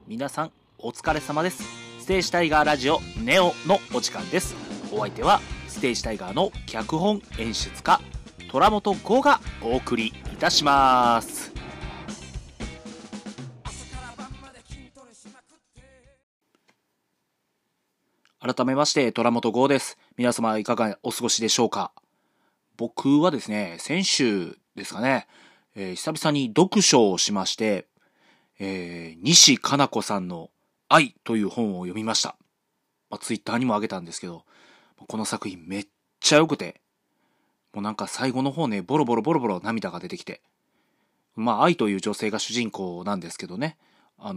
皆さんお疲れ様です。ステージタイガーラジオネオのお時間です。お相手はステージタイガーの脚本演出家虎本剛がお送りいたします。改めまして虎本剛です。皆様いかがお過ごしでしょうか。僕はですね、先週ですかね、久々に読書をしまして、西加奈子さんの愛という本を読みました。ツイッターにもあげたんですけど、この作品めっちゃ良くて、もうなんか最後の方ね、ボロボロ涙が出てきて、愛という女性が主人公なんですけどね、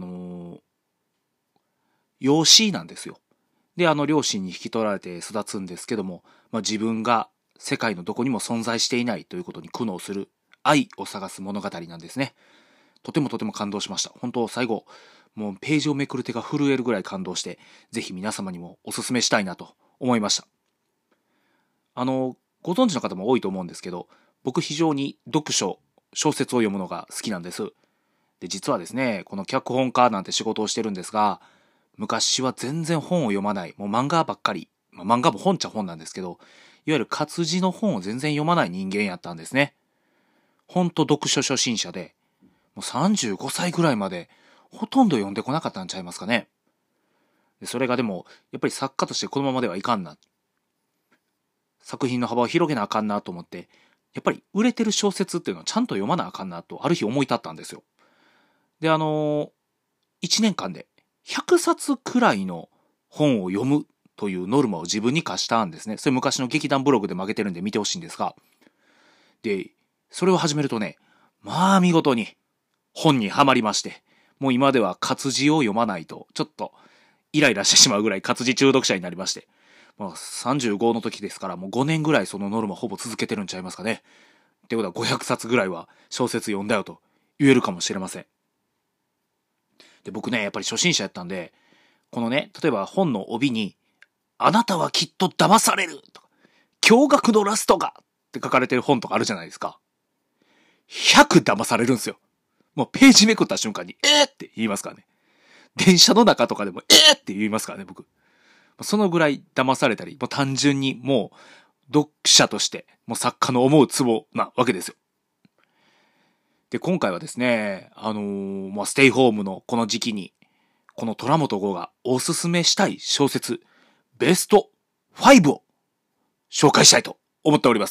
養子なんですよ。で、両親に引き取られて育つんですけども、自分が世界のどこにも存在していないということに苦悩する愛を探す物語なんですね。とても感動しました。本当最後、もうページをめくる手が震えるぐらい感動して、ぜひ皆様にもお勧めしたいなと思いました。ご存知の方も多いと思うんですけど、僕非常に小説を読むのが好きなんです。で、実はですね、この脚本家なんて仕事をしてるんですが、昔は全然本を読まない、もう漫画ばっかり、漫画も本っちゃ本なんですけど、いわゆる活字の本を全然読まない人間やったんですね。ほんと読書初心者で、もう35歳ぐらいまでほとんど読んでこなかったんちゃいますかね。でそれがでも、やっぱり作家としてこのままではいかんな。作品の幅を広げなあかんなと思って、やっぱり売れてる小説っていうのはちゃんと読まなあかんなと、ある日思い立ったんですよ。で、1年間で100冊くらいの本を読むというノルマを自分に課したんですね。それ昔の劇団ブログで曲げてるんで見てほしいんですが。で、それを始めるとね、見事に本にはまりまして、もう今では活字を読まないと、ちょっとイライラしてしまうぐらい活字中毒者になりまして、35の時ですからもう5年ぐらいそのノルマほぼ続けてるんちゃいますかね。ってことは500冊ぐらいは小説読んだよと言えるかもしれません。で、僕ね、やっぱり初心者やったんで、このね、例えば本の帯に、あなたはきっと騙されるとか、驚愕のラストがって書かれてる本とかあるじゃないですか。100騙されるんですよ。もうページめくった瞬間に、って言いますからね。電車の中とかでも、って言いますからね、僕。そのぐらい騙されたり、もう単純にもう、読者として、もう作家の思うツボなわけですよ。で、今回はですね、ステイホームのこの時期に、この虎本剛がおすすめしたい小説、ベスト5を紹介したいと思っております。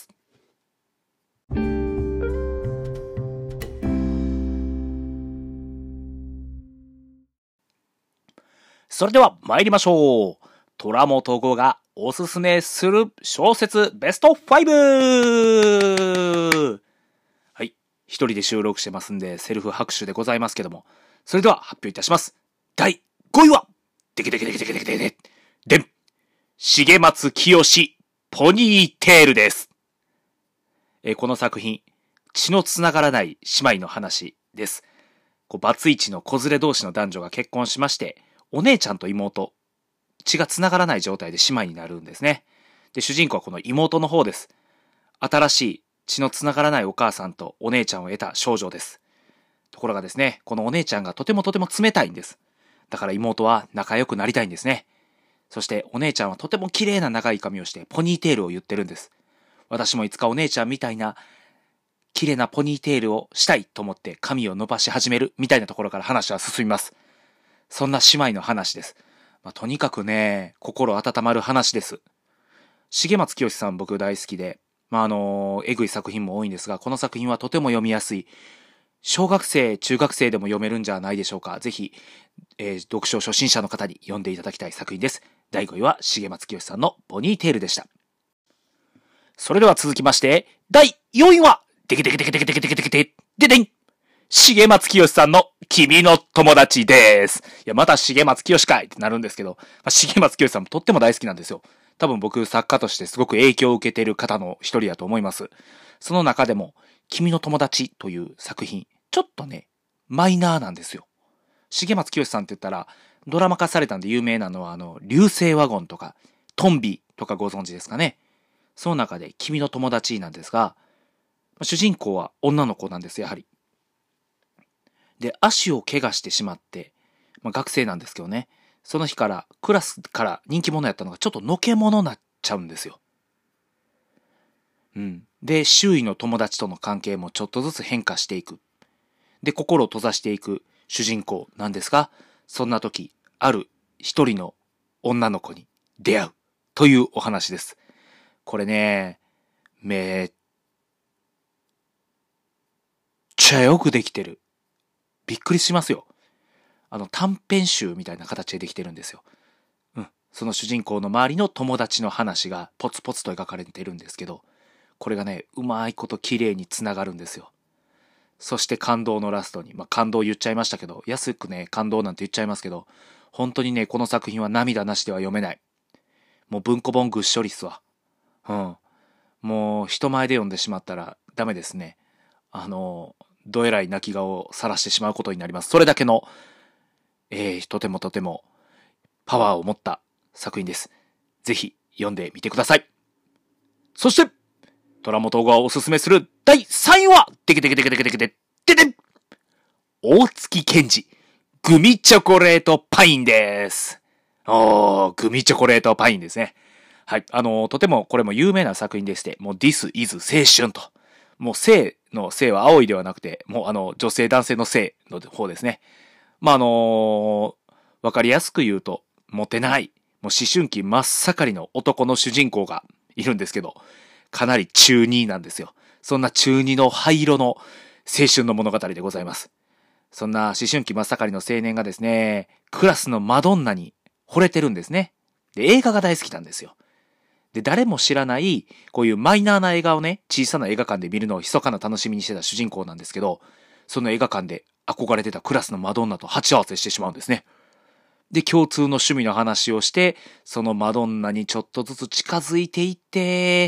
それでは参りましょう。虎本剛がおすすめする小説ベスト 5! はい。一人で収録してますんで、セルフ拍手でございますけども。それでは発表いたします。第5位は、でん重松清ポニーテールです。この作品、血のつながらない姉妹の話です。バツイチの子連れ同士の男女が結婚しまして、お姉ちゃんと妹、血がつながらない状態で姉妹になるんですね。で、主人公はこの妹の方です。新しい血のつながらないお母さんとお姉ちゃんを得た少女です。ところがですね、このお姉ちゃんがとても冷たいんです。だから妹は仲良くなりたいんですね。そしてお姉ちゃんはとても綺麗な長い髪をしてポニーテールを言ってるんです。私もいつかお姉ちゃんみたいな綺麗なポニーテールをしたいと思って髪を伸ばし始めるみたいなところから話は進みます。そんな姉妹の話です。とにかくね、心温まる話です。重松清さん僕大好きで、えぐい作品も多いんですが、この作品はとても読みやすい。小学生、中学生でも読めるんじゃないでしょうか。ぜひ、読書初心者の方に読んでいただきたい作品です。第5位は重松清さんのポニーテールでした。それでは続きまして、第4位は、でん重松清さんの君の友達です。いや、また重松清かいってなるんですけど、重松清さんもとっても大好きなんですよ。多分僕作家としてすごく影響を受けている方の一人だと思います。その中でも、君の友達という作品、ちょっとね、マイナーなんですよ。重松清さんって言ったら、ドラマ化されたんで有名なのは、流星ワゴンとか、トンビとかご存知ですかね。その中で、君の友達なんですが、主人公は女の子なんです、やはり。で、足を怪我してしまって、 学生なんですけどね。その日からクラスから人気者やったのがちょっとのけ者になっちゃうんですよ。で、周囲の友達との関係もちょっとずつ変化していく。で、心を閉ざしていく主人公なんですが、そんな時、ある一人の女の子に出会うというお話です。これね、めっちゃよくできてる。びっくりしますよ。短編集みたいな形でできてるんですよ。その主人公の周りの友達の話がポツポツと描かれてるんですけど、これがね、うまいこと綺麗につながるんですよ。そして感動のラストに、感動言っちゃいましたけど、安くね、感動なんて言っちゃいますけど、本当にね、この作品は涙なしでは読めない。もう文庫本ぐっしょりっすわ。もう人前で読んでしまったらダメですね。どえらい泣き顔を晒してしまうことになります。それだけの、とてもとてもパワーを持った作品です。ぜひ読んでみてください。そして、虎本がおすすめする第3位は、でけでけでけでけでけで、ででん大月健二、グミチョコレートパインです。グミチョコレートパインですね。はい。とてもこれも有名な作品でして、もう This is 青春と。もう性の性は青いではなくて、もう女性男性の性の方ですね。わかりやすく言うと、モテない、もう思春期真っ盛りの男の主人公がいるんですけど、かなり中二なんですよ。そんな中二の灰色の青春の物語でございます。そんな思春期真っ盛りの青年がですね、クラスのマドンナに惚れてるんですね。で、映画が大好きなんですよ。で、誰も知らない、こういうマイナーな映画をね、小さな映画館で見るのを密かな楽しみにしてた主人公なんですけど、その映画館で憧れてたクラスのマドンナと鉢合わせしてしまうんですね。で、共通の趣味の話をして、そのマドンナにちょっとずつ近づいていって、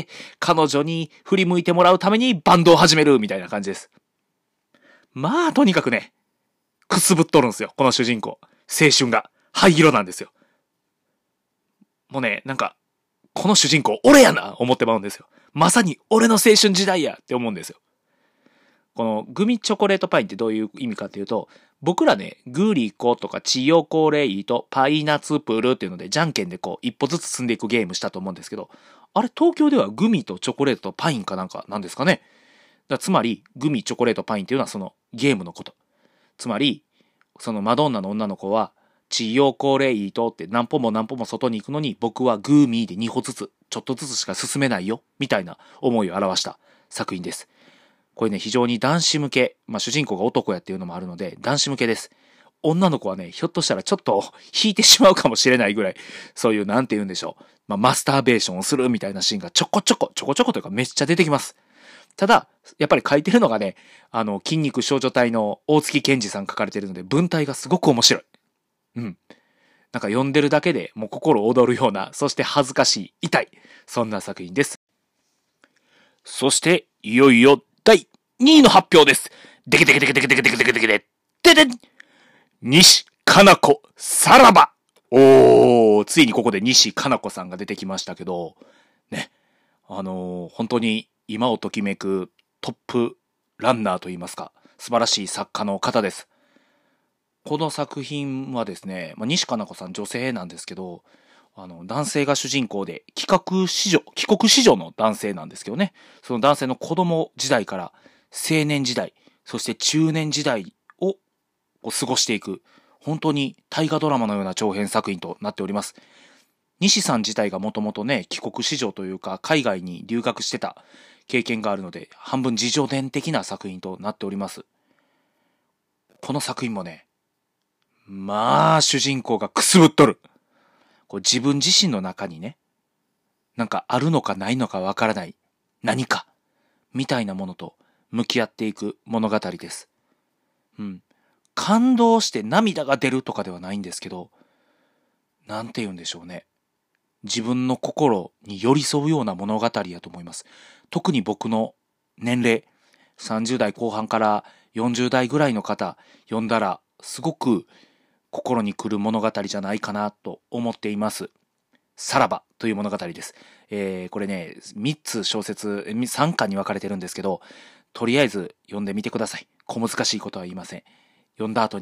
彼女に振り向いてもらうためにバンドを始めるみたいな感じです。とにかくね、くすぶっとるんですよ、この主人公。青春が灰色なんですよ。もうね、この主人公、俺やな思ってまうんですよ。まさに俺の青春時代やって思うんですよ。このグミチョコレートパインってどういう意味かっていうと、僕らね、グリコとかチヨコレイとパイナツプルっていうので、じゃんけんでこう、一歩ずつ進んでいくゲームしたと思うんですけど、あれ、東京ではグミとチョコレートとパインかなんですかね。つまり、グミ、チョコレート、パインっていうのはそのゲームのこと。つまり、そのマドンナの女の子は、チヨコレイトって何歩も何歩も外に行くのに、僕はグーミーで2歩ずつ、ちょっとずつしか進めないよ、みたいな思いを表した作品です。これね、非常に男子向け、主人公が男やっていうのもあるので、男子向けです。女の子はね、ひょっとしたらちょっと引いてしまうかもしれないぐらい、そういう、なんて言うんでしょう。マスターベーションをするみたいなシーンがちょこちょこというかめっちゃ出てきます。ただ、やっぱり書いてるのがね、筋肉少女隊の大月健二さん書かれてるので、文体がすごく面白い。読んでるだけでもう心躍るような、そして恥ずかしい、痛い、そんな作品です。そして、いよいよ第2位の発表です。でけでけでけでけでけでけでけでけで、ででん西加奈子、さらばついにここで西加奈子さんが出てきましたけど、ね。本当に今をときめくトップランナーといいますか、素晴らしい作家の方です。この作品はですね、西加奈子さん女性なんですけど、男性が主人公で、帰国子女の男性なんですけどね、その男性の子供時代から青年時代、そして中年時代を過ごしていく、本当に大河ドラマのような長編作品となっております。西さん自体がもともとね、帰国子女というか、海外に留学してた経験があるので、半分自叙伝的な作品となっております。この作品もね、主人公がくすぶっとる。自分自身の中にね、あるのかないのかわからない何か、みたいなものと向き合っていく物語です。感動して涙が出るとかではないんですけど、なんて言うんでしょうね。自分の心に寄り添うような物語やと思います。特に僕の年齢、30代後半から40代ぐらいの方、読んだらすごく心に来る物語じゃないかなと思っています。さらばという物語です。これね、3つ小説、3巻に分かれてるんですけど、とりあえず読んでみてください。小難しいことは言いません。読んだ後に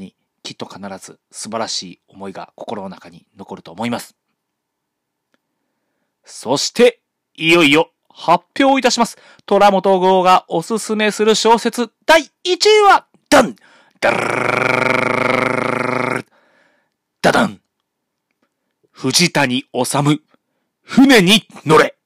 きっと必ず素晴らしい思いが心の中に残ると思います。そして、いよいよ発表いたします。虎本剛がおすすめする小説第1位は、ダンダダン藤谷治、船に乗れ。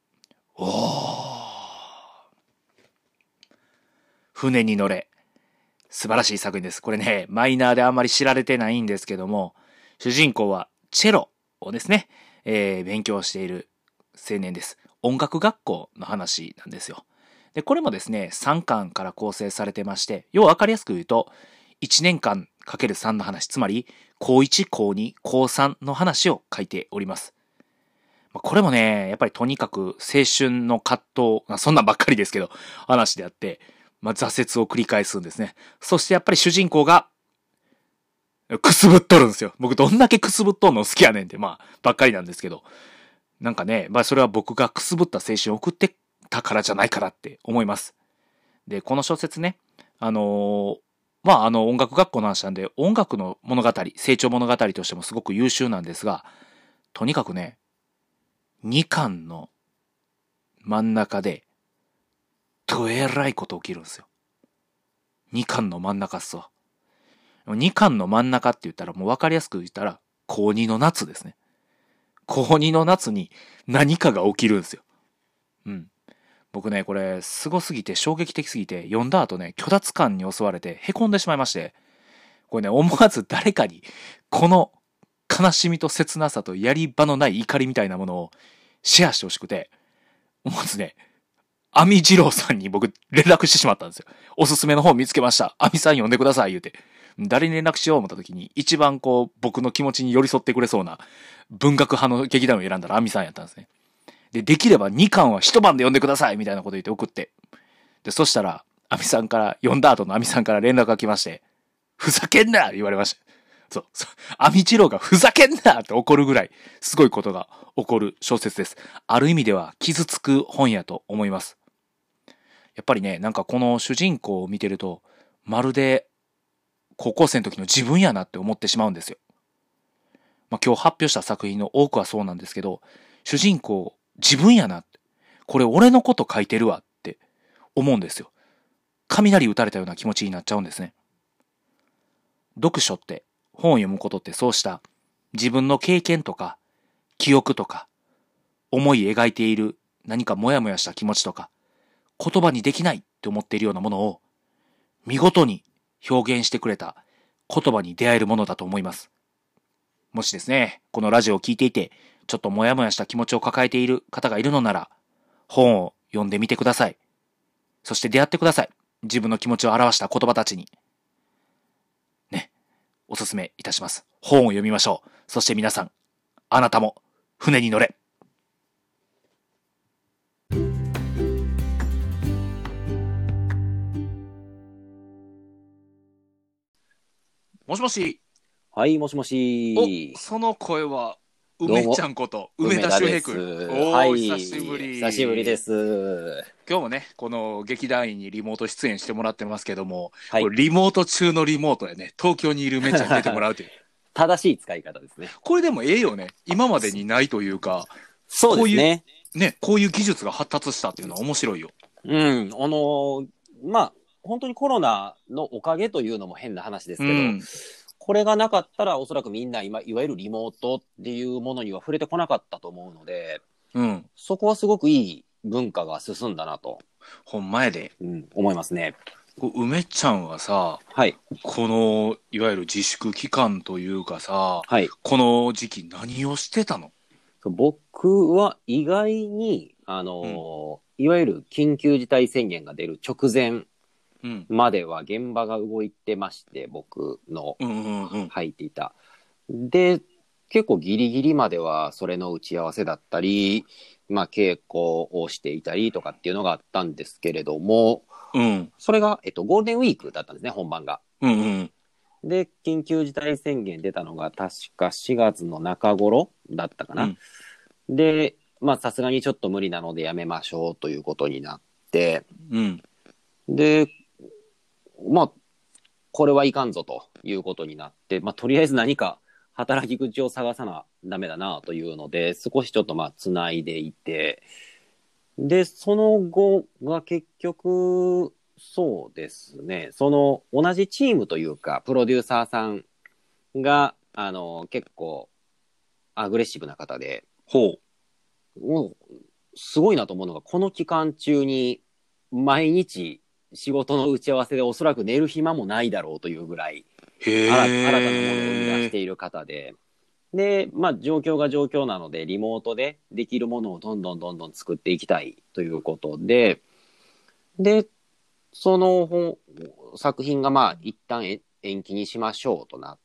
船に乗れ。素晴らしい作品です。これね、マイナーであんまり知られてないんですけども、主人公はチェロをですね、勉強している青年です。音楽学校の話なんですよ。で、これもですね、3巻から構成されてまして、要はわかりやすく言うと、1年間かける3の話、つまり、高1、高2、高3の話を書いております。これもね、やっぱりとにかく青春の葛藤、そんなんばっかりですけど、話であって、挫折を繰り返すんですね。そしてやっぱり主人公が、くすぶっとるんですよ。僕どんだけくすぶっとんの好きやねんって、ばっかりなんですけど。なんかね、それは僕がくすぶった青春を送ってたからじゃないかなって思います。で、この小説ね、音楽学校の話なんで、音楽の物語、成長物語としてもすごく優秀なんですが、とにかくね、2巻の真ん中で、どえらいこと起きるんですよ。2巻の真ん中っすわ。2巻の真ん中って言ったらもう分かりやすく言ったら、高2の夏ですね。高2の夏に何かが起きるんですよ。うん。僕ね、これ、すごすぎて、衝撃的すぎて、読んだ後ね、虚脱感に襲われて、凹んでしまいまして、これね、思わず誰かに、この悲しみと切なさとやり場のない怒りみたいなものをシェアしてほしくて、思わずね、アミ二郎さんに僕連絡してしまったんですよ。おすすめの本見つけました。アミさん読んでください、言うて。誰に連絡しよう思った時に、一番僕の気持ちに寄り添ってくれそうな文学派の劇団を選んだらアミさんやったんですね。できれば2巻は一晩で読んでくださいみたいなこと言って送って。で、そしたら、アミさんから、読んだ後のアミさんから連絡が来まして、ふざけんな言われました。そう。アミチロがふざけんなって怒るぐらい、すごいことが起こる小説です。ある意味では傷つく本やと思います。やっぱりね、なんかこの主人公を見てると、まるで高校生の時の自分やなって思ってしまうんですよ。今日発表した作品の多くはそうなんですけど、主人公自分やなって、これ俺のこと書いてるわって思うんですよ。雷打たれたような気持ちになっちゃうんですね。読書って、本を読むことってそうした自分の経験とか記憶とか思い描いている何かモヤモヤした気持ちとか言葉にできないって思っているようなものを見事に表現してくれた言葉に出会えるものだと思います。もしですね、このラジオを聞いていてちょっとモヤモヤした気持ちを抱えている方がいるのなら本を読んでみてください。そして出会ってください。自分の気持ちを表した言葉たちに。ね。おすすめいたします。本を読みましょう。そして皆さん、あなたも船に乗れ。もしもし。 はい、もしもし。 その声は、 どうも梅ちゃんこと梅田修平君。 はい、 久しぶり。 久しぶりです。 今日もね、この劇団員にリモート出演してもらってますけども、 はい、 これリモート中のリモートでね、東京にいる梅ちゃんに出てもらうという。 正しい使い方ですね。 これでもええよね。今までにないというか、 そうですね。 こういう技術が発達したっていうのは面白いよ。 うん、本当にコロナのおかげというのも変な話ですけど、これがなかったらおそらくみんな今、いわゆるリモートっていうものには触れてこなかったと思うので、そこはすごくいい文化が進んだなと。 ほんまやで。 思いますね。 梅ちゃんはさ、 はい、 このいわゆる自粛期間というかさ、 はい、 この時期何をしてたの？ 僕は意外に、いわゆる緊急事態宣言が出る直前までは現場が動いてまして、僕の入っていた。で、結構ギリギリまではそれの打ち合わせだったり、稽古をしていたりとかっていうのがあったんですけれども、それが、ゴールデンウィークだったんですね、本番が。で、緊急事態宣言出たのが確か4月の中頃だったかな。で、さすがにちょっと無理なのでやめましょうということになって、で、 これはいかんぞということになって、とりあえず何か働き口を探さなダメだなというので、少しちょっと繋いでいて、で、その後が結局、そうですね、同じチームというか、プロデューサーさんが、結構、アグレッシブな方で、もう、すごいなと思うのが、この期間中に、毎日、仕事の打ち合わせでおそらく寝る暇もないだろうというぐらい、新たなものを生み出している方で、で、状況が状況なので、リモートでできるものをどんどん作っていきたいということで、で、その作品が一旦延期にしましょうとなって、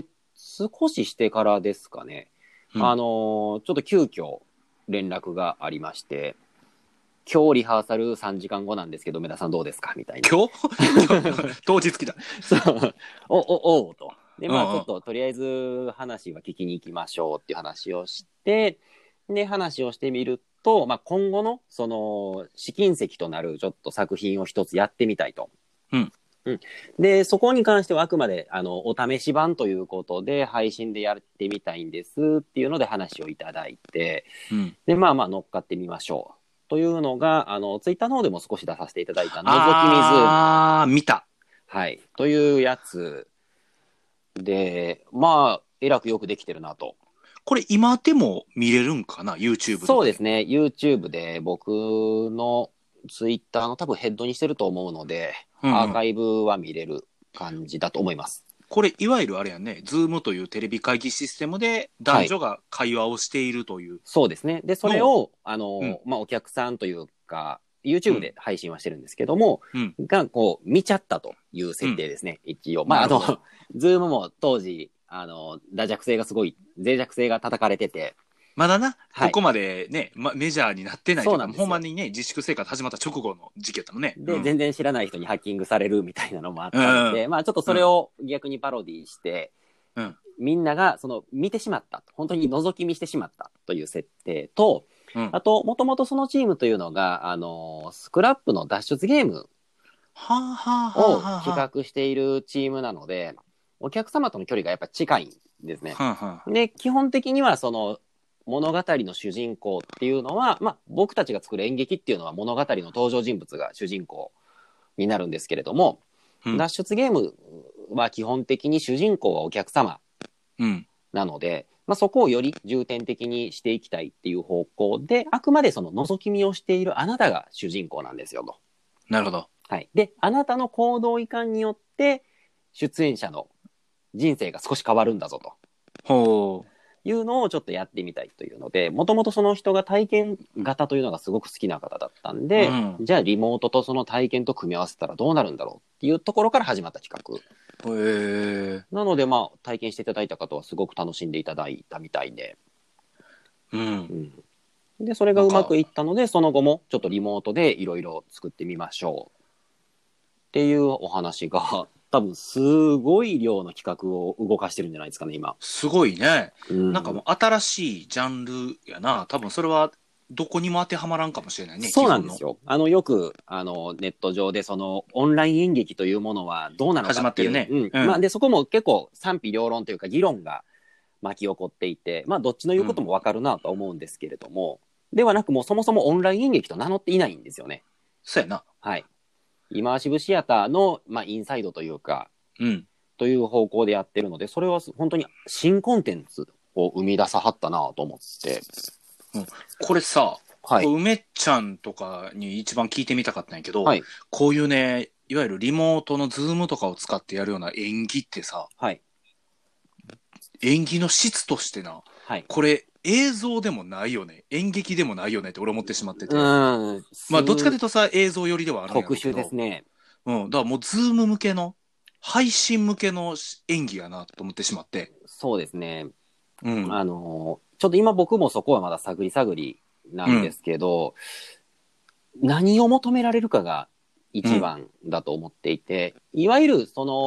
少ししてからですかね、ちょっと急遽連絡がありまして、今日リハーサル3時間後なんですけど、梅田さんどうですかみたいな。 今日当日来た。 そう。おうと。で、ちょっととりあえず話は聞きに行きましょうっていう話をして、で、話をしてみると、今後の、試金石となるちょっと作品を一つやってみたいと。で、そこに関してはあくまで、お試し版ということで、配信でやってみたいんですっていうので話をいただいて、で、乗っかってみましょう。というのが、ツイッターの方でも少し出させていただいた、覗き水。 見た。 はい。というやつで、えらくよくできてるなと。 これ今でも見れるんかな ?YouTube とか。 そうですね。YouTube で僕のツイッターの多分ヘッドにしてると思うので、アーカイブは見れる感じだと思います。 これいわゆるあれやね、ズームというテレビ会議システムで男女が会話をしているという。 そうですね。で、それを、お客さんというか、YouTube で配信はしてるんですけども、が、見ちゃったという設定ですね、一応。ズームも当時、脆弱性が叩かれてて。 まだな、ここまでね、メジャーになってないというか、ほんまにね、自粛生活始まった直後の時期やったのね。 で、全然知らない人にハッキングされるみたいなのもあったので、ちょっとそれを逆にパロディして、みんなが、見てしまった。本当に覗き見してしまったという設定と、あと、もともとそのチームというのが、スクラップの脱出ゲームを企画しているチームなので、お客様との距離がやっぱ近いんですね。で、基本的には物語の主人公っていうのは、僕たちが作る演劇っていうのは物語の登場人物が主人公になるんですけれども、脱出ゲームは基本的に主人公はお客様なので、そこをより重点的にしていきたいっていう方向で、あくまで覗き見をしているあなたが主人公なんですよと。 なるほど。 はい。で、あなたの行動いかんによって出演者の人生が少し変わるんだぞと。いうのをちょっとやってみたいというので、もともとその人が体験型というのがすごく好きな方だったんで、じゃあリモートとその体験と組み合わせたらどうなるんだろうっていうところから始まった企画。なので体験していただいた方はすごく楽しんでいただいたみたいで。で、それがうまくいったので、その後もちょっとリモートでいろいろ作ってみましょうっていうお話が、多分すごい量の企画を動かしてるんじゃないですかね、今。 すごいね。なんかもう新しいジャンルやな。多分それはどこにも当てはまらんかもしれないね。 そうなんですよ。よく、ネット上でオンライン演劇というものはどうなのかっていう。 始まってるね。 で、そこも結構賛否両論というか議論が巻き起こっていて、どっちの言うこともわかるなとは思うんですけれども、ではなくもうそもそもオンライン演劇と名乗っていないんですよね。 そうやな。 はい。イマーシブシアターの、インサイドというか、という方向でやってるので、それは本当に新コンテンツを生み出さはったなと思って。 これさ、梅ちゃんとかに一番聞いてみたかったんやけど、こういうね、いわゆるリモートのズームとかを使ってやるような演技ってさ、演技の質としてな、これ映像でもないよね、演劇でもないよねって俺思ってしまってて。どっちかというとさ、映像寄りではあるんやけど。 特殊ですね。 だからもうズーム向けの、配信向けの演技やなと思ってしまって。 そうですね。ちょっと今僕もそこはまだ探りなんですけど、何を求められるかが一番だと思っていて、いわゆる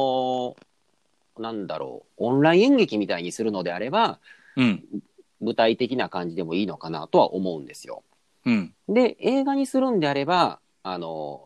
なんだろう、オンライン演劇みたいにするのであれば、具体的な感じでもいいのかなとは思うんですよ。で、映画にするんであれば、ちょ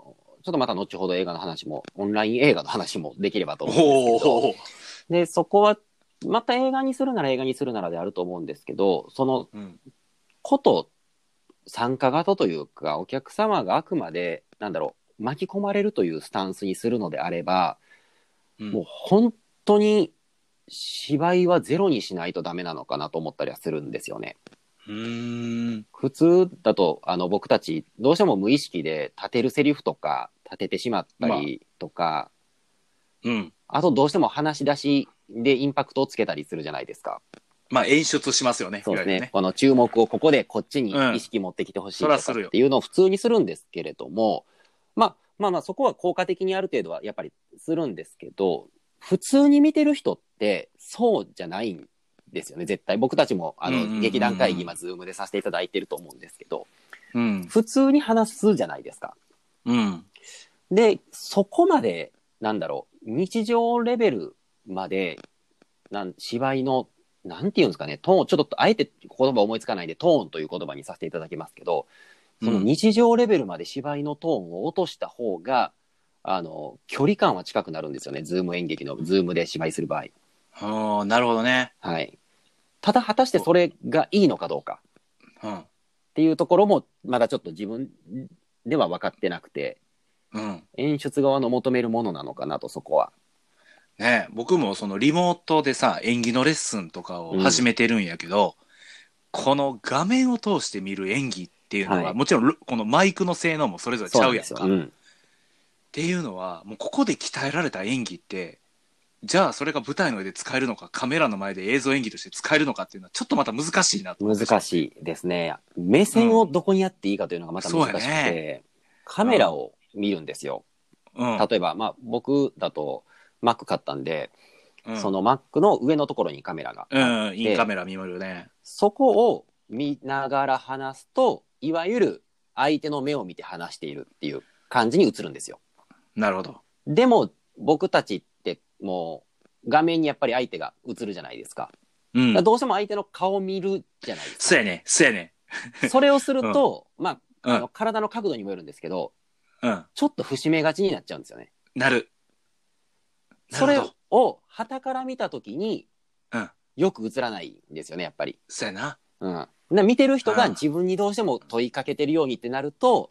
ちょっとまた後ほど映画の話も、オンライン映画の話もできればと思うんですけど、で、そこは、また映画にするなら映画にするならであると思うんですけど、その、こと参加型というか、お客様があくまで、巻き込まれるというスタンスにするのであれば、もう本当に芝居はゼロにしないとダメなのかなと思ったりはするんですよね。普通だと僕たちどうしても無意識で立てるセリフとか立ててしまったりとか、あとどうしても話し出しでインパクトをつけたりするじゃないですか。 まあ演出しますよね。 そうですね。この注目をここでこっちに意識持ってきてほしいとかっていうのを普通にするんですけれども、まあそこは効果的にある程度はやっぱりするんですけど、普通に見てる人ってそうじゃないんですよね。絶対僕たちも劇団会議今ズームでさせていただいてると思うんですけど、普通に話すじゃないですか。でそこまで日常レベルまで芝居のなんていうんですかね、トーン、ちょっとあえて言葉思いつかないでトーンという言葉にさせていただきますけど、その日常レベルまで芝居のトーンを落とした方が距離感は近くなるんですよね。ズーム演劇のズームで芝居する場合。 なるほどね。 はい。ただ果たしてそれがいいのかどうかっていうところもまだちょっと自分では分かってなくて、演出側の求めるものなのかなと、そこは。 ね、僕もそのリモートでさ、演技のレッスンとかを始めてるんやけど、この画面を通して見る演技っていうのは、もちろんこのマイクの性能もそれぞれちゃうやんか。っていうのはもうここで鍛えられた演技ってじゃあそれが舞台の上で使えるのか、カメラの前で映像演技として使えるのかっていうのはちょっとまた難しいなと思って。 難しいですね。目線をどこにやっていいかというのがまた難しくて、カメラを見るんですよ。例えば僕だと Mac 買ったんで、その Mac の上のところにカメラがあって、 インカメラ見るよね。 そこを見ながら話すと、いわゆる相手の目を見て話しているっていう感じに映るんですよ。 なるほど。 でも僕たちってもう画面にやっぱり相手が映るじゃないですか。どうしても相手の顔を見るじゃないですか。 そうやね、そうやね。 それをすると、体の角度にもよるんですけど、ちょっと伏めがちになっちゃうんですよね。 なる。 それを傍から見たときに、よく映らないんですよね、やっぱり。 そうやな。見てる人が自分にどうしても問いかけてるようにってなると、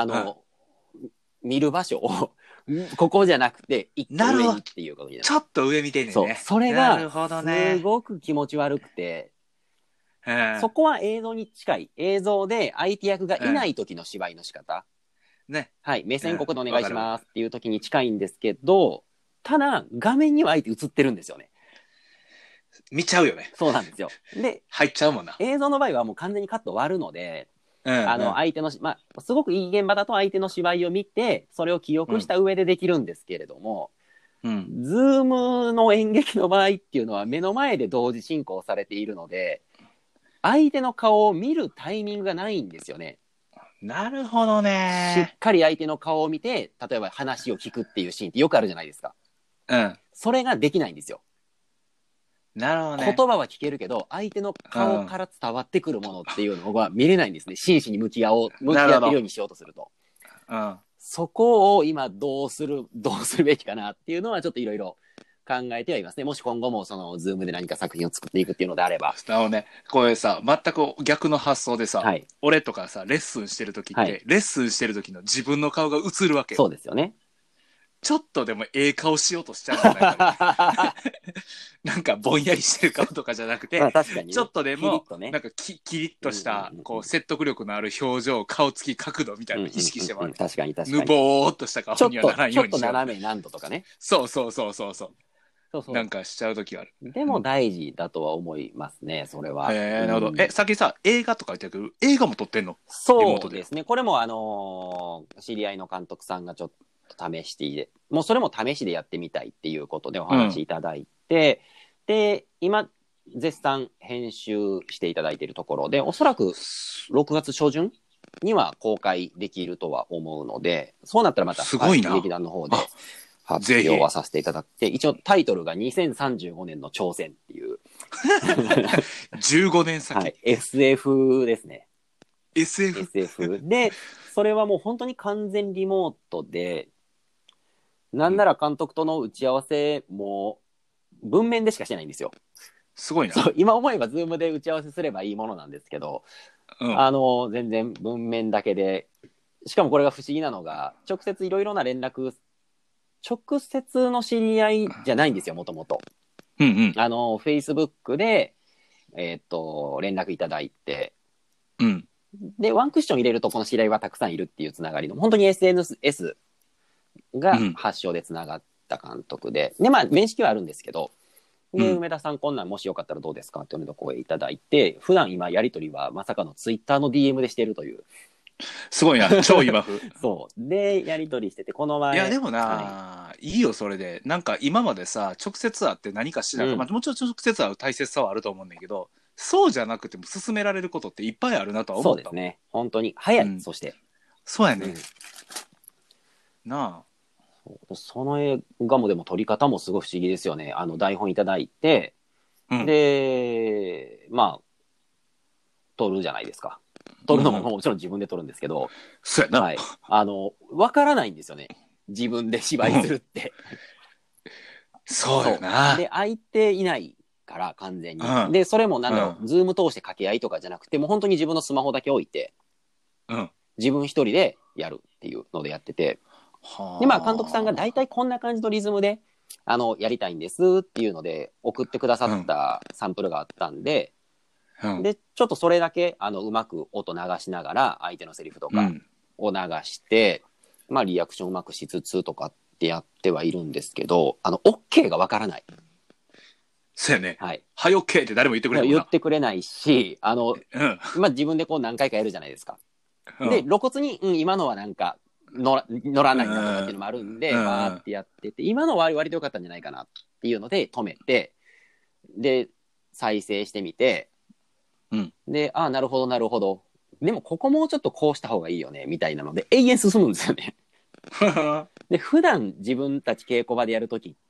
見る場所をここじゃなくて一個上にっていうことになる。 ちょっと上見てんねんね。 それがすごく気持ち悪くて、そこは映像に近い。映像で相手役がいない時の芝居の仕方。はい、目線ここでお願いしますっていう時に近いんですけど、ただ画面には相手映ってるんですよね。 見ちゃうよね。 そうなんですよ。で、 入っちゃうもんな。 映像の場合はもう完全にカット割るので、相手のすごくいい現場だと相手の芝居を見てそれを記憶した上でできるんですけれども、ズームの演劇の場合っていうのは目の前で同時進行されているので、相手の顔を見るタイミングがないんですよね。 なるほどね。 しっかり相手の顔を見て、例えば話を聞くっていうシーンってよくあるじゃないですか。それができないんですよ。 なるほどね。 言葉は聞けるけど、相手の顔から伝わってくるものっていうのが見れないんですね。真摯に向き合ってるようにしようとすると。そこを今どうするべきかなっていうのはちょっといろいろ考えてはいますね。もし今後もそのズームで何か作品を作っていくっていうのであれば。 これさ、全く逆の発想でさ、俺とかさ、レッスンしてる時って、レッスンしてる時の自分の顔が映るわけよ。 そうですよね。 ちょっとでもええ顔しようとしちゃうんじゃないかな。なんかぼんやりしてる顔とかじゃなくて、 確かにちょっとでもなんかキリッとしたこう説得力のある表情、顔つき、角度みたいなの意識してもらう。 確かにぬぼーっとした顔にはならんようにしよう。 ちょっと斜め何度とかね。 そう。なんかしちゃう時がある。 でも大事だとは思いますね、それは。 なるほど。さっきさ、映画とか言ってたけど、映画も撮ってんの？ そうですね。これも知り合いの監督さんがちょっと試してもうそれも試しでやってみたいっていうことでお話いただいて、で今絶賛編集していただいているところで、おそらく6月初旬には公開できるとは思うので、そうなったらまた劇団の方で発表はさせていただいて、一応タイトルが2035年の挑戦っていう 15年先、 SF ですね。 SF。 SF で、それはもう本当に完全リモートで、なんなら監督との打ち合わせも文面でしかしてないんですよ。 すごいな。 そう、今思えばズームで打ち合わせすればいいものなんですけど、全然文面だけで、しかもこれが不思議なのが、直接いろいろな連絡、直接の知り合いじゃないんですよ、もともと。Facebook で、連絡いただいて、で、ワンクッション入れるとこの知り合いはたくさんいるっていうつながりの、本当に SNS が発祥でつながった監督で、で、まあ、面識はあるんですけど、で、梅田さんこんなんもしよかったらどうですかっていうので声いただいて、普段今やりとりはまさかのツイッターの DM でしてるという。 すごいな、超今風。 そう。で、やりとりしてて、この前。 いや、でもな、いいよ、それで。なんか今までさ、直接会って何かしなか、まあもちろん直接会う大切さはあると思うんだけど、そうじゃなくても進められることっていっぱいあるなとは思った。 そうですね。本当に。早い、そして。 そうやね。なあ。その映画もでも撮り方もすごい不思議ですよね。台本いただいて、で、まあ、撮るじゃないですか。撮るのももちろん自分で撮るんですけど、 そうやな。 はい。わからないんですよね。自分で芝居するって。 そうよな。 で、相手いないから完全に。で、それもなんだろう、ズーム通して掛け合いとかじゃなくて、もう本当に自分のスマホだけ置いて、自分一人でやるっていうのでやってて。で、まあ監督さんが大体こんな感じのリズムで、やりたいんですっていうので送ってくださったサンプルがあったんで、で、ちょっとそれだけ、うまく音流しながら、相手のセリフとかを流して、まあ、リアクションうまくしつつとかってやってはいるんですけど、OK がわからない。 そうやね。 はい。 はい、OK って誰も言ってくれない。 言ってくれないし、まあ、自分でこう何回かやるじゃないですか。で、露骨に、今のはなんか乗らないなとかっていうのもあるんで、わーってやってて、今のは割と良かったんじゃないかなっていうので止めて、で、再生してみて、で、なるほど、なるほど。でも、ここもうちょっとこうした方がいいよね、みたいなので、永遠進むんですよね。で、普段自分たち稽古場でやるときって、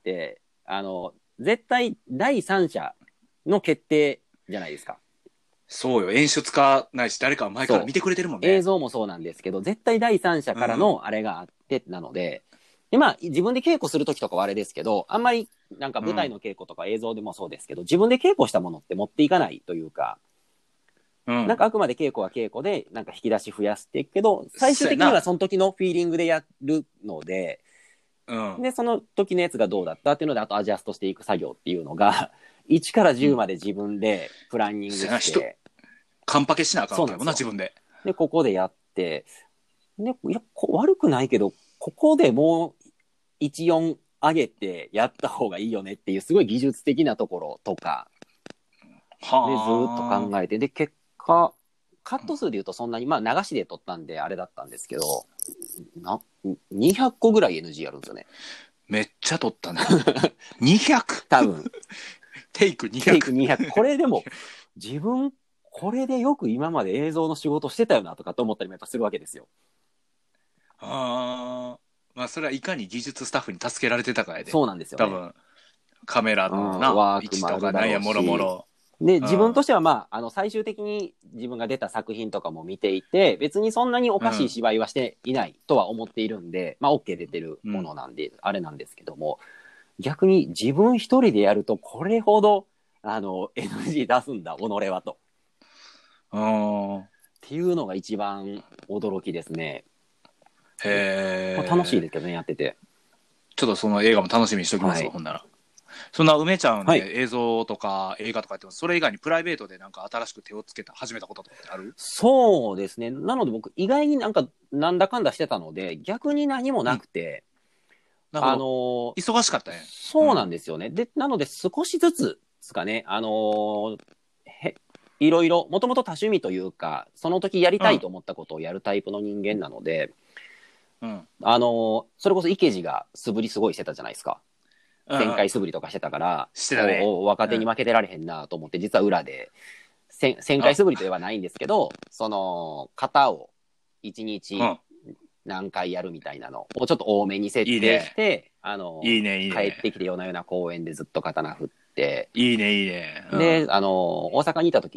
絶対第三者の決定じゃないですか。 そうよ。演出家ないし、誰か前から見てくれてるもんね。 映像もそうなんですけど、絶対第三者からのあれがあってなので、で、まあ、自分で稽古するときとかはあれですけど、あんまり、なんか舞台の稽古とか映像でもそうですけど、自分で稽古したものって持っていかないというか、なんかあくまで稽古は稽古で、なんか引き出し増やしていくけど、最終的にはその時のフィーリングでやるので、で、その時のやつがどうだったっていうので、あとアジャストしていく作業っていうのが、1から10まで自分でプランニングして、 カンパケしなあかんのよな、自分で。 で、ここでやって、で、いや、悪くないけど、ここでもう1、4上げてやった方がいいよねっていう、すごい技術的なところとか、で、ずっと考えて、で、結果、カット数で言うとそんなに、まあ流しで撮ったんであれだったんですけど、200個ぐらい NG やるんですよね。 めっちゃ撮ったね。200? 多分。 テイク200。 テイク200。これでも、自分、これでよく今まで映像の仕事してたよなとかと思ったりもやっぱするわけですよ。 まあそれはいかに技術スタッフに助けられてたかやで。 そうなんですよね。 多分、カメラのな、位置とかなんやもろもろ。 で、自分としてはまあ、最終的に自分が出た作品とかも見ていて、別にそんなにおかしい芝居はしていないとは思っているんで、まあ OK 出てるものなんで、あれなんですけども、逆に自分一人でやるとこれほど、NG 出すんだ、己はと。っていうのが一番驚きですね。 へ楽しいですけどね、やってて。 ちょっとその映画も楽しみにしておきますわ、ほんなら。そんな梅ちゃんで映像とか映画とかやってます。それ以外にプライベートでなんか新しく手をつけた、始めたこととかってある？ そうですね。なので僕、意外になんだかんだしてたので、逆に何もなくて、 忙しかったね。 そうなんですよね。で、なので少しずつですかね、いろいろ、もともと多趣味というか、その時やりたいと思ったことをやるタイプの人間なので、それこそ池地が素振りすごいしてたじゃないですか。旋回素振りとかしてたから、若手に負けてられへんなと思って、実は裏で、旋回素振りとはないんですけど、その、型を1日何回やるみたいなのをちょっと多めに設定して、帰ってきて夜な公園でずっと刀振って、 いいね。 で、大阪にいた時に、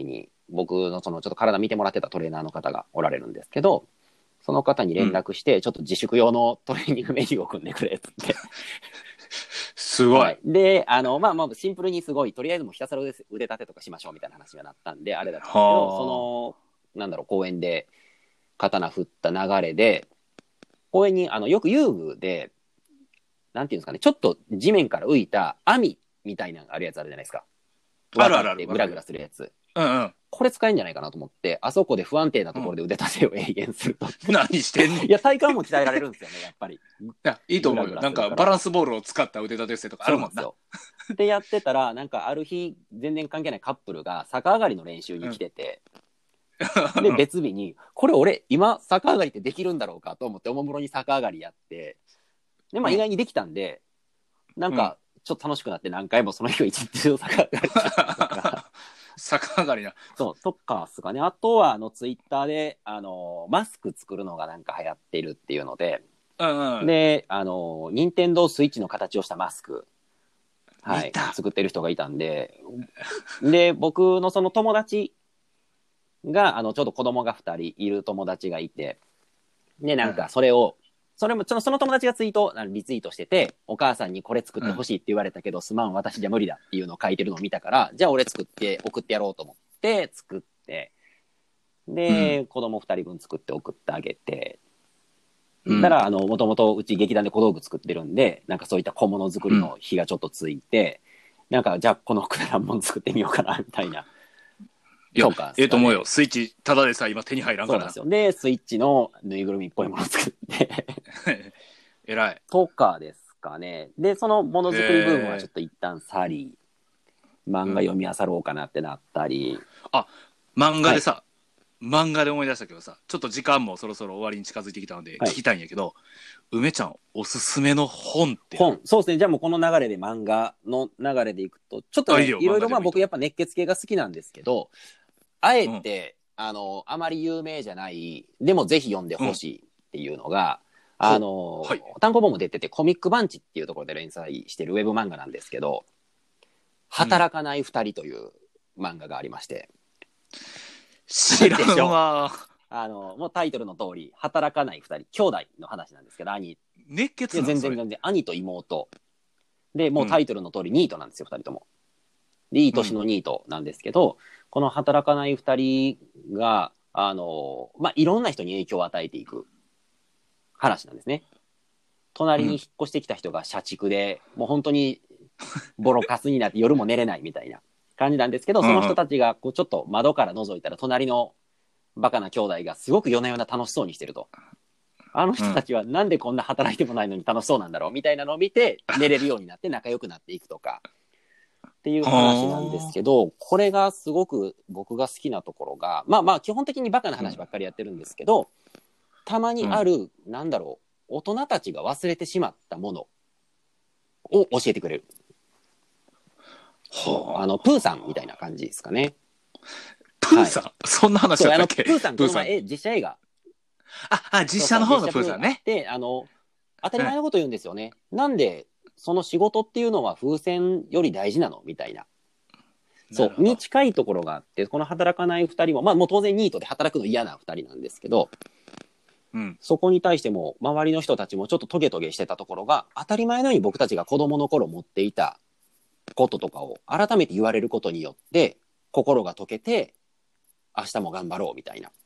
僕のそのちょっと体見てもらってたトレーナーの方がおられるんですけど、その方に連絡して、ちょっと自粛用のトレーニングメニューを組んでくれっつって。 すごい。はい、 で、まあシンプルにすごい、とりあえずもうひたすら腕立てとかしましょうみたいな話がなったんで、あれだったんですけど、その、なんだろう、公園で刀振った流れで、公園によく遊具で、なんていうんですかね、ちょっと地面から浮いた網みたいなのがあるやつあるじゃないですか。 あるあるある。 グラグラするやつ。 うんうん。 これ使えんじゃないかなと思って、あそこで不安定なところで腕立てを永遠すると。 何してんねん。 いや、体幹も鍛えられるんですよね、やっぱり。 いや、いいと思うよ。なんかバランスボールを使った腕立て伏せとかあるもんな。 で、やってたら、なんかある日、全然関係ないカップルが逆上がりの練習に来てて、で、別日に、これ俺、今、逆上がりってできるんだろうかと思って、おもむろに逆上がりやって、で、まあ意外にできたんで、なんか、ちょっと楽しくなって何回もその日を一日中逆上がりしたりとか。 逆上がりな。 そう、とかっすかね。あとは、ツイッターで、マスク作るのがなんか流行ってるっていうので、で、任天堂スイッチの形をしたマスク、はい、作ってる人がいたんで、で、僕のその友達が、ちょうど子供が2人いる友達がいて、で、なんかそれを、その友達がリツイートしてて、お母さんにこれ作ってほしいって言われたけど、すまん、私じゃ無理だっていうのを書いてるのを見たから、じゃあ俺作って送ってやろうと思って作って、で、子供2人分作って送ってあげて、だから、もともとうち劇団で小道具作ってるんで、なんかそういった小物作りの火がちょっとついて、なんか、じゃあこのくだらんもん作ってみようかな、みたいな。 いや、と思うよ。スイッチ、ただでさ、今手に入らんから。 そうなんですよ。で、スイッチのぬいぐるみっぽいものを作って偉い。 とかですかね。で、そのものづくりブームはちょっと一旦去り、漫画読み漁ろうかなってなったり。 あ、漫画でさ、漫画で思い出したけどさ、ちょっと時間もそろそろ終わりに近づいてきたので聞きたいんやけど、梅ちゃんおすすめの本って？ そうですね。じゃあもうこの流れで漫画の流れでいくと、ちょっとね、いろいろ僕やっぱ熱血系が好きなんですけど、あえて、あまり有名じゃない、でもぜひ読んでほしいっていうのが、単行本も出てて、コミックバンチっていうところで連載してるウェブ漫画なんですけど、働かない二人という漫画がありまして。 知らんわ。 もうタイトルの通り、働かない二人、兄弟の話なんですけど、 熱血なの？ 全然、兄と妹。で、もうタイトルの通りニートなんですよ、二人とも。で、いい年のニートなんですけど、この働かない二人が、いろんな人に影響を与えていく話なんですね。隣に引っ越してきた人が社畜で、もう本当にボロカスになって夜も寝れないみたいな感じなんですけど、その人たちがこうちょっと窓から覗いたら隣のバカな兄弟がすごく夜な夜な楽しそうにしてると。あの人たちはなんでこんな働いてもないのに楽しそうなんだろうみたいなのを見て寝れるようになって仲良くなっていくとかっていう話なんですけど、これがすごく僕が好きなところが、基本的にバカな話ばっかりやってるんですけど、たまにある、大人たちが忘れてしまったものを教えてくれる。プーさんみたいな感じですかね。 プーさん、そんな話だったっけ？ プーさん、この前、実写映画。 実写の方のプーさんね。 で、当たり前のこと言うんですよね。なんで、その仕事っていうのは風船より大事なのみたいな。に近いところがあって、この働かない二人も、もう当然ニートで働くの嫌な二人なんですけど、そこに対しても、周りの人たちもちょっとトゲトゲしてたところが、当たり前のように僕たちが子供の頃持っていたこととかを改めて言われることによって、心が溶けて、明日も頑張ろうみたいな。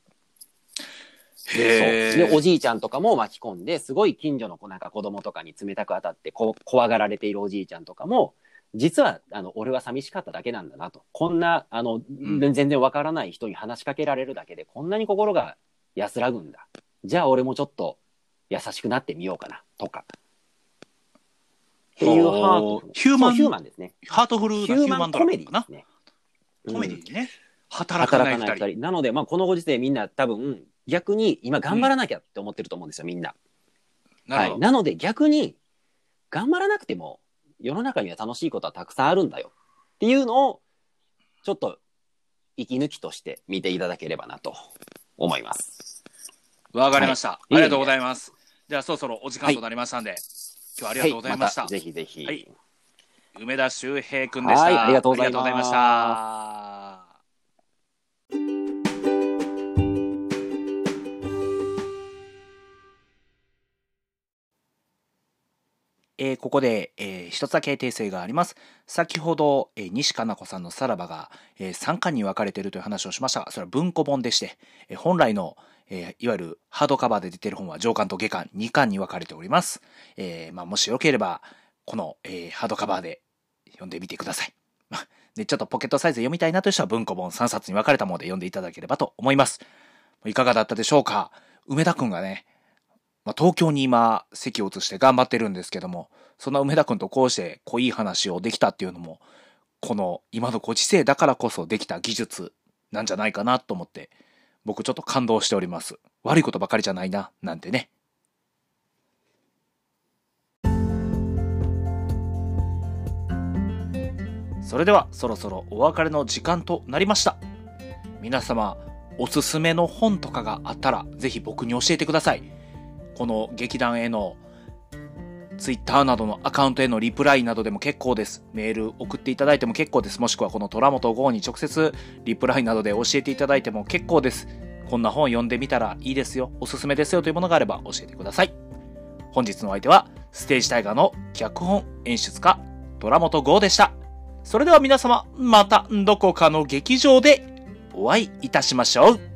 で、おじいちゃんとかも巻き込んで、すごい近所の子供とかに冷たく当たって怖がられているおじいちゃんとかも、実は俺は寂しかっただけなんだなと。こんな全然わからない人に話しかけられるだけでこんなに心が安らぐんだ。じゃあ俺もちょっと優しくなってみようかなとか。っていうヒューマンですね。 ハートフルなヒューマンドラマかな。 コメディですね。 コメディね。働かない二人。 なので、このご時世みんな多分逆に今頑張らなきゃって思ってると思うんですよ、みんな。なので逆に頑張らなくても世の中には楽しいことはたくさんあるんだよっていうのをちょっと息抜きとして見ていただければなと思います。 わかりました。ありがとうございます。じゃあそろそろお時間となりましたんで、今日はありがとうございました。 ぜひぜひ。 梅田修平くんでした。 ありがとうございました。 ここで、一つだけ訂正があります。先ほど、西加奈子さんのさらばが、3巻に分かれているという話をしましたが、それは文庫本でして、本来の、いわゆるハードカバーで出ている本は上巻と下巻2巻に分かれております。もしよければ、この、ハードカバーで読んでみてください。で、ちょっとポケットサイズで読みたいなという人は文庫本3冊に分かれたもので読んでいただければと思います。いかがだったでしょうか。梅田くんがね、東京に今席を移して頑張ってるんですけども、そんな梅田くんとこうして濃い話をできたっていうのも、この今のご時世だからこそできた技術なんじゃないかなと思って、僕ちょっと感動しております。悪いことばかりじゃないな、なんてね。それではそろそろお別れの時間となりました。皆様、おすすめの本とかがあったら、ぜひ僕に教えてください。この劇団へのツイッターなどのアカウントへのリプライなどでも結構です。メール送っていただいても結構です。もしくはこの虎本剛に直接リプライなどで教えていただいても結構です。こんな本読んでみたらいいですよ、おすすめですよというものがあれば教えてください。本日のお相手はステージタイガーの脚本演出家虎本剛でした。それでは皆様、またどこかの劇場でお会いいたしましょう。